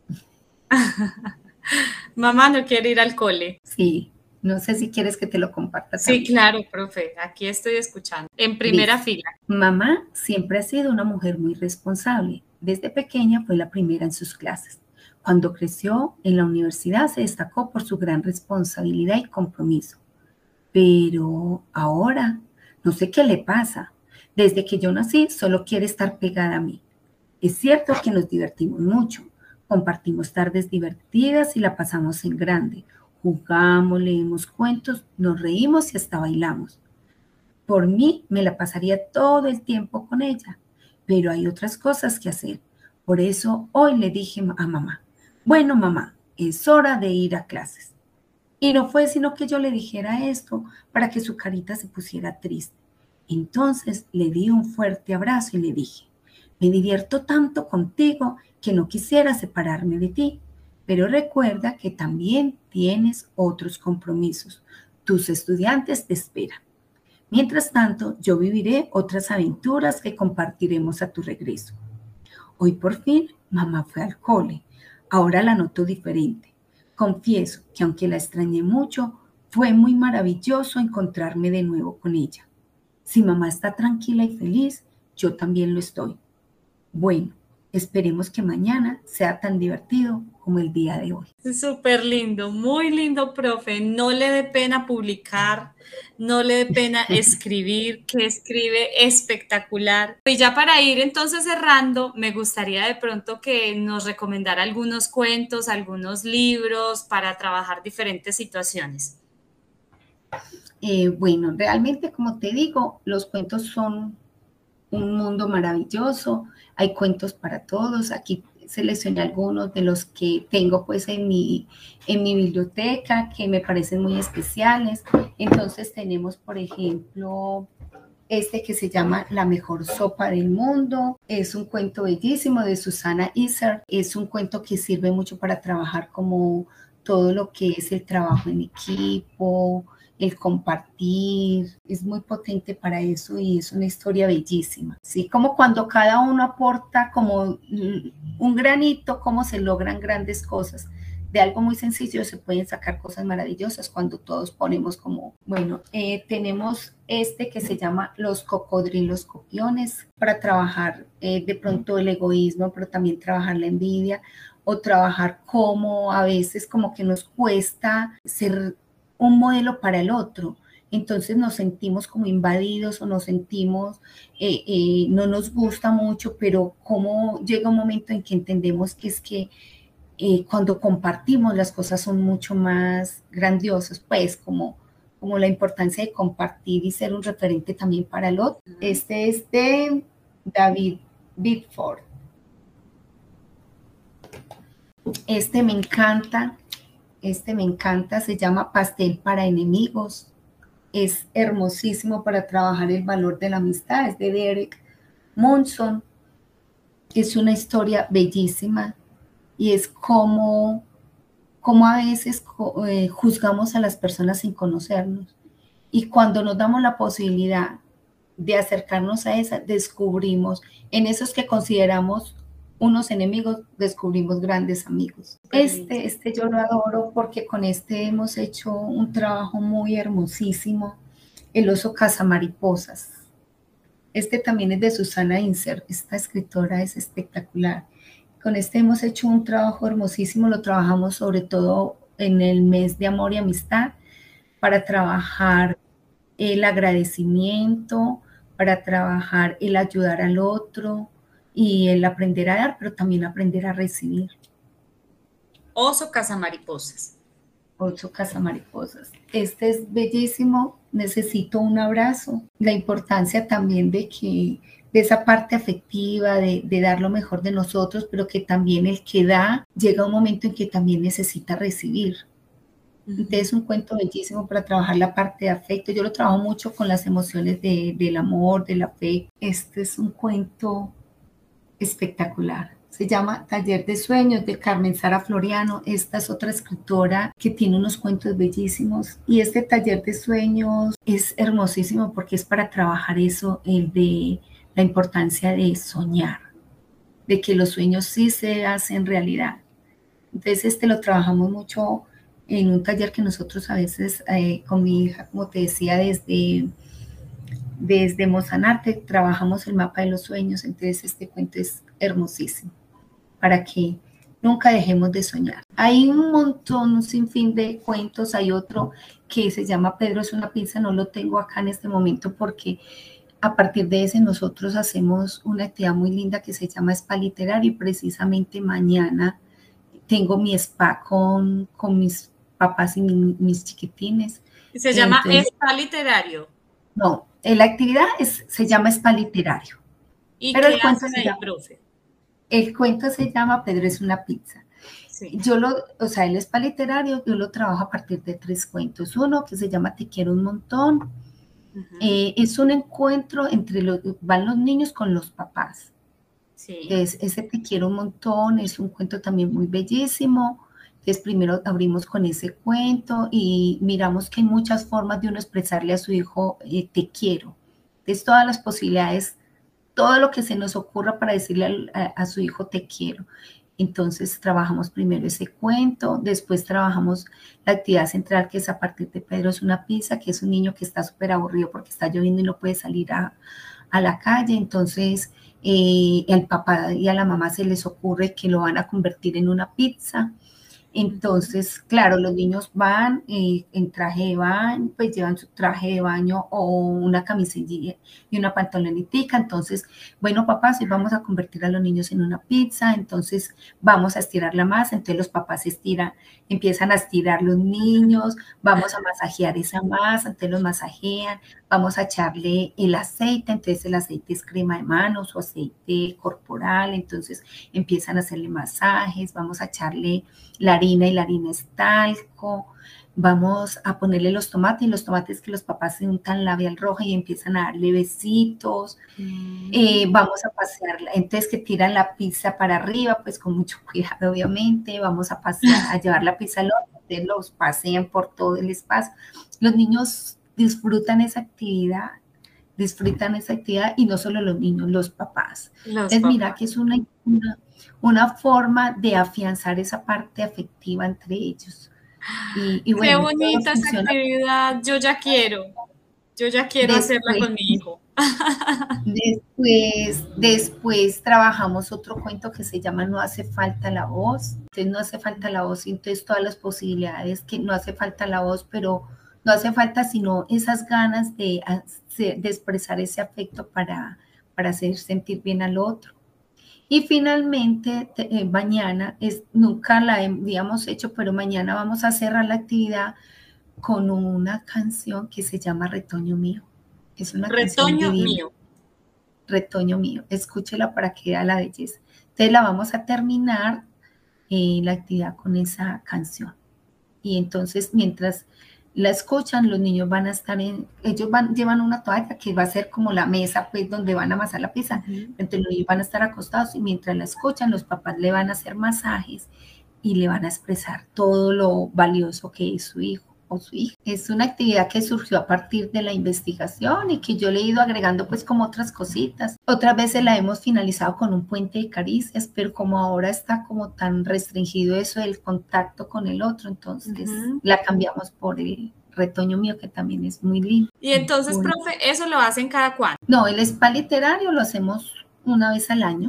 Mamá no quiere ir al cole. Sí, no sé si quieres que te lo comparta Sí, también. claro, profe. Aquí estoy escuchando. En primera Dice, fila. mamá siempre ha sido una mujer muy responsable. Desde pequeña fue la primera en sus clases. Cuando creció en la universidad se destacó por su gran responsabilidad y compromiso. Pero ahora, no sé qué le pasa. Desde que yo nací, solo quiere estar pegada a mí. Es cierto que nos divertimos mucho. Compartimos tardes divertidas y la pasamos en grande. Jugamos, leemos cuentos, nos reímos y hasta bailamos. Por mí me la pasaría todo el tiempo con ella, pero hay otras cosas que hacer. Por eso hoy le dije a mamá, bueno mamá, es hora de ir a clases. Y no fue sino que yo le dijera esto para que su carita se pusiera triste. Entonces le di un fuerte abrazo y le dije, me divierto tanto contigo que no quisiera separarme de ti, pero recuerda que también tienes otros compromisos. Tus estudiantes te esperan. Mientras tanto, yo viviré otras aventuras que compartiremos a tu regreso. Hoy por fin, mamá fue al cole. Ahora la noto diferente. Confieso que aunque la extrañé mucho, fue muy maravilloso encontrarme de nuevo con ella. Si mamá está tranquila y feliz, yo también lo estoy. Bueno, esperemos que mañana sea tan divertido como el día de hoy. Súper lindo, muy lindo, profe. No le dé pena publicar, no le dé pena escribir, que escribe espectacular. Y ya para ir entonces cerrando, me gustaría de pronto que nos recomendara algunos cuentos, algunos libros para trabajar diferentes situaciones. Eh, bueno, realmente, como te digo, los cuentos son un mundo maravilloso. Hay cuentos para todos. Aquí seleccioné algunos de los que tengo pues en mi, en mi biblioteca que me parecen muy especiales. Entonces tenemos, por ejemplo, este que se llama La mejor sopa del mundo. Es un cuento bellísimo de Susana Iser. Es un cuento que sirve mucho para trabajar como todo lo que es el trabajo en equipo, el compartir. Es muy potente para eso y es una historia bellísima. ¿Sí? Como cuando cada uno aporta como un granito, cómo se logran grandes cosas. De algo muy sencillo se pueden sacar cosas maravillosas cuando todos ponemos como, bueno, eh, tenemos este que se llama Los cocodrilos copiones para trabajar eh, de pronto el egoísmo, pero también trabajar la envidia o trabajar como a veces como que nos cuesta ser un modelo para el otro. Entonces nos sentimos como invadidos o nos sentimos, eh, eh, no nos gusta mucho, pero como llega un momento en que entendemos que es que eh, cuando compartimos las cosas son mucho más grandiosas, pues como, como la importancia de compartir y ser un referente también para el otro. Este es de David Bickford. Este me encanta, este me encanta, se llama Pastel para enemigos. Es hermosísimo para trabajar el valor de la amistad, es de Derek Munson. Es una historia bellísima y es como cómo a veces eh, juzgamos a las personas sin conocernos. Y cuando nos damos la posibilidad de acercarnos a esa, descubrimos en esos que consideramos unos enemigos, descubrimos grandes amigos. Este, este yo lo adoro porque con este hemos hecho un trabajo muy hermosísimo, El oso cazamariposas. Este también es de Susana Inser, esta escritora es espectacular. Con este hemos hecho un trabajo hermosísimo, lo trabajamos sobre todo en el mes de amor y amistad para trabajar el agradecimiento, para trabajar el ayudar al otro y el aprender a dar, pero también aprender a recibir. Oso cazamariposas. Oso cazamariposas. Este es bellísimo, necesito un abrazo. La importancia también de que de esa parte afectiva, de, de dar lo mejor de nosotros, pero que también el que da llega un momento en que también necesita recibir. Entonces es un cuento bellísimo para trabajar la parte de afecto. Yo lo trabajo mucho con las emociones de, del amor, del afecto. Este es un cuento espectacular. Se llama Taller de Sueños de Carmen Sara Floriano. Esta es otra escritora que tiene unos cuentos bellísimos. Y este Taller de Sueños es hermosísimo porque es para trabajar eso, el de la importancia de soñar, de que los sueños sí se hacen realidad. Entonces este lo trabajamos mucho en un taller que nosotros a veces eh, con mi hija, como te decía, desde, desde Mozanarte trabajamos el mapa de los sueños. Entonces este cuento es hermosísimo para que nunca dejemos de soñar. Hay un montón, un sinfín de cuentos. Hay otro que se llama Pedro es una pizza, no lo tengo acá en este momento porque a partir de ese nosotros hacemos una actividad muy linda que se llama Spa Literario y precisamente mañana tengo mi spa con, con mis papás y mi, mis chiquitines. Se llama Entonces, Spa Literario. No, la actividad es, se llama Spa Literario. ¿Y pero qué el cuento hacen se ahí, llama, profe? El cuento se llama Pedro es una pizza. Sí. Yo lo, o sea, el spa literario, yo lo trabajo a partir de tres cuentos. Uno que se llama Te quiero un montón. Uh-huh. eh, es un encuentro entre los, van los niños con los papás. Sí. Entonces, ese Te quiero un montón es un cuento también muy bellísimo. Entonces primero abrimos con ese cuento y miramos que hay muchas formas de uno expresarle a su hijo eh, te quiero. Entonces todas las posibilidades, todo lo que se nos ocurra para decirle a, a, a su hijo te quiero. Entonces trabajamos primero ese cuento, después trabajamos la actividad central que es a partir de Pedro es una pizza, que es un niño que está súper aburrido porque está lloviendo y no puede salir a, a la calle. Entonces eh, al papá y a la mamá se les ocurre que lo van a convertir en una pizza. Entonces, claro, los niños van eh, en traje de baño, pues llevan su traje de baño o una camisilla y una pantalonetica. Entonces, bueno, papás, hoy vamos a convertir a los niños en una pizza, entonces vamos a estirar la masa. Entonces los papás estiran, empiezan a estirar los niños, vamos a masajear esa masa, entonces los masajean, vamos a echarle el aceite, entonces el aceite es crema de manos o aceite corporal, entonces empiezan a hacerle masajes, vamos a echarle la harina y la harina es talco, vamos a ponerle los tomates y los tomates que los papás se untan labial roja y empiezan a darle besitos, mm. eh, vamos a pasearla, entonces que tiran la pizza para arriba, pues con mucho cuidado obviamente, vamos a pasear, a llevar la pizza al horno, entonces los pasean por todo el espacio, los niños disfrutan esa actividad, disfrutan esa actividad y no solo los niños, los papás. Los Entonces papás. Mira que es una, una, una forma de afianzar esa parte afectiva entre ellos. Y, y bueno, qué bonita esa actividad, yo ya quiero, yo ya quiero después, hacerla con mi hijo. Después, después trabajamos otro cuento que se llama No hace falta la voz. Entonces no hace falta la voz y entonces todas las posibilidades que no hace falta la voz, pero no hace falta sino esas ganas de, hacer, de expresar ese afecto para, para hacer sentir bien al otro. Y finalmente, eh, mañana, es, nunca la habíamos hecho, pero mañana vamos a cerrar la actividad con una canción que se llama Retoño Mío. Es una Retoño canción Mío. Retoño Mío. Escúchela para que vea la belleza. Entonces la vamos a terminar eh, la actividad con esa canción. Y entonces, mientras la escuchan, los niños van a estar en, ellos van, llevan una toalla que va a ser como la mesa, pues, donde van a amasar la pizza. Uh-huh. Entonces los niños van a estar acostados y mientras la escuchan, los papás le van a hacer masajes y le van a expresar todo lo valioso que es su hijo o su hija. Es una actividad que surgió a partir de la investigación y que yo le he ido agregando pues como otras cositas. Otras veces la hemos finalizado con un puente de caricias, pero como ahora está como tan restringido eso del contacto con el otro, entonces uh-huh. la cambiamos por el Retoño Mío, que también es muy lindo. Y entonces, muy profe, ¿eso lo hacen cada cuándo? No, el spa literario lo hacemos una vez al año.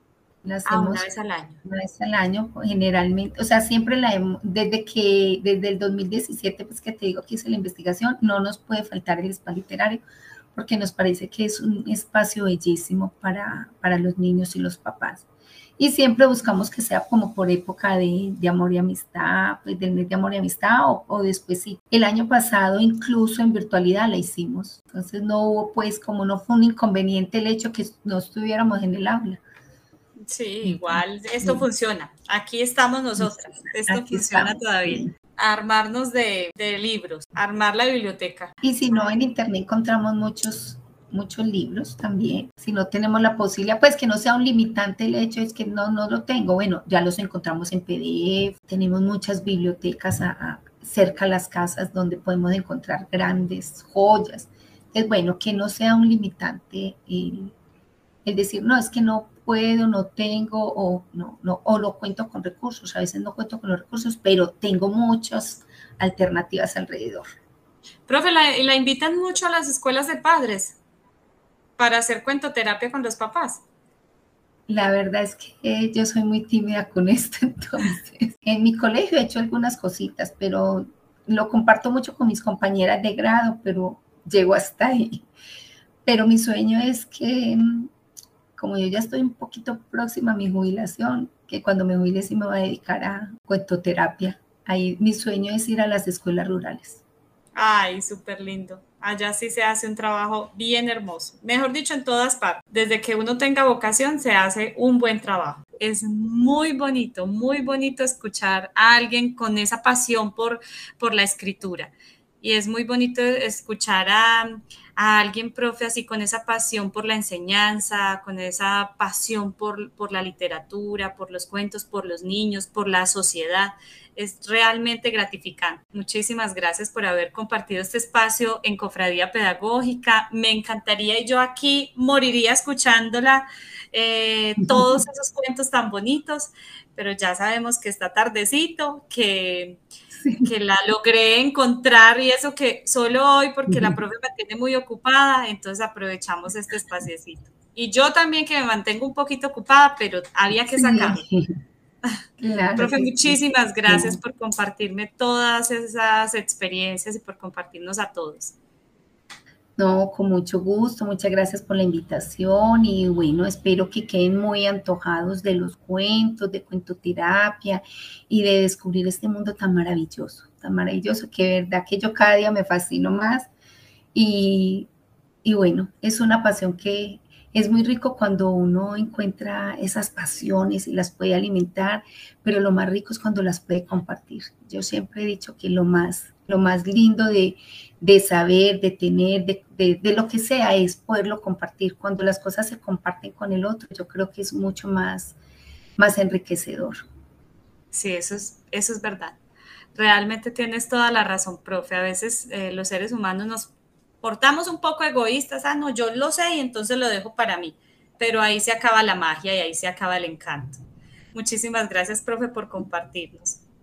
La hacemos ah, una vez al año. Una vez al año, generalmente, o sea, siempre la hemos, desde que, desde el dos mil diecisiete, pues que te digo que hice la investigación, no nos puede faltar el spa literario, porque nos parece que es un espacio bellísimo para, para los niños y los papás. Y siempre buscamos que sea como por época de, de amor y amistad, pues del mes de amor y amistad o, o después sí. El año pasado incluso en virtualidad la hicimos, entonces no hubo pues como no fue un inconveniente el hecho que no estuviéramos en el aula. Sí, igual esto sí. funciona. Aquí estamos nosotras. Esto Aquí funciona estamos. todavía. Armarnos de, de libros, armar la biblioteca. Y si no, en internet encontramos muchos, muchos libros también. Si no tenemos la posibilidad, pues que no sea un limitante el hecho, es que no, no lo tengo. Bueno, ya los encontramos en P D F. Tenemos muchas bibliotecas a, a, cerca a las casas donde podemos encontrar grandes joyas. Entonces, bueno, que no sea un limitante el, el decir, no, es que no puedo, no tengo, o no, no, o no cuento con recursos, a veces no cuento con los recursos, pero tengo muchas alternativas alrededor. Profe, ¿la, la invitan mucho a las escuelas de padres para hacer cuentoterapia con los papás? La verdad es que yo soy muy tímida con esto, entonces, en mi colegio he hecho algunas cositas, pero lo comparto mucho con mis compañeras de grado, pero llego hasta ahí. Pero mi sueño es que, como yo ya estoy un poquito próxima a mi jubilación, que cuando me jubile sí me voy a dedicar a cuentoterapia. Ahí mi sueño es ir a las escuelas rurales. Ay, súper lindo. Allá sí se hace un trabajo bien hermoso. Mejor dicho, en todas partes. Desde que uno tenga vocación, se hace un buen trabajo. Es muy bonito, muy bonito escuchar a alguien con esa pasión por, por la escritura. Y es muy bonito escuchar a, a alguien, profe, así con esa pasión por la enseñanza, con esa pasión por, por la literatura, por los cuentos, por los niños, por la sociedad. es realmente gratificante. Muchísimas gracias por haber compartido este espacio en Cofradía Pedagógica. Me encantaría, y yo aquí moriría escuchándola, eh, todos esos cuentos tan bonitos, pero ya sabemos que está tardecito, que, Sí. que la logré encontrar y eso que solo hoy porque la profe me tiene muy ocupada, entonces aprovechamos este espaciecito. Y yo también que me mantengo un poquito ocupada, pero había que sacarlo. Sí, claro Profe, que sí. muchísimas gracias Bueno, por compartirme todas esas experiencias y por compartirnos a todos. no, con mucho gusto, muchas gracias por la invitación y bueno, espero que queden muy antojados de los cuentos, de cuentoterapia y de descubrir este mundo tan maravilloso, tan maravilloso que de verdad que yo cada día me fascino más y, y bueno, es una pasión que es muy rico cuando uno encuentra esas pasiones y las puede alimentar, pero lo más rico es cuando las puede compartir. Yo siempre he dicho que lo más, lo más lindo de, de saber, de tener, de, de, de lo que sea, es poderlo compartir. Cuando las cosas se comparten con el otro, yo creo que es mucho más, más enriquecedor. Sí, eso es, eso es verdad. Realmente tienes toda la razón, profe. A veces eh, los seres humanos nos portamos un poco egoístas. Ah, no, yo lo sé y entonces lo dejo para mí. Pero ahí se acaba la magia y ahí se acaba el encanto. Muchísimas gracias, profe, por compartirnos.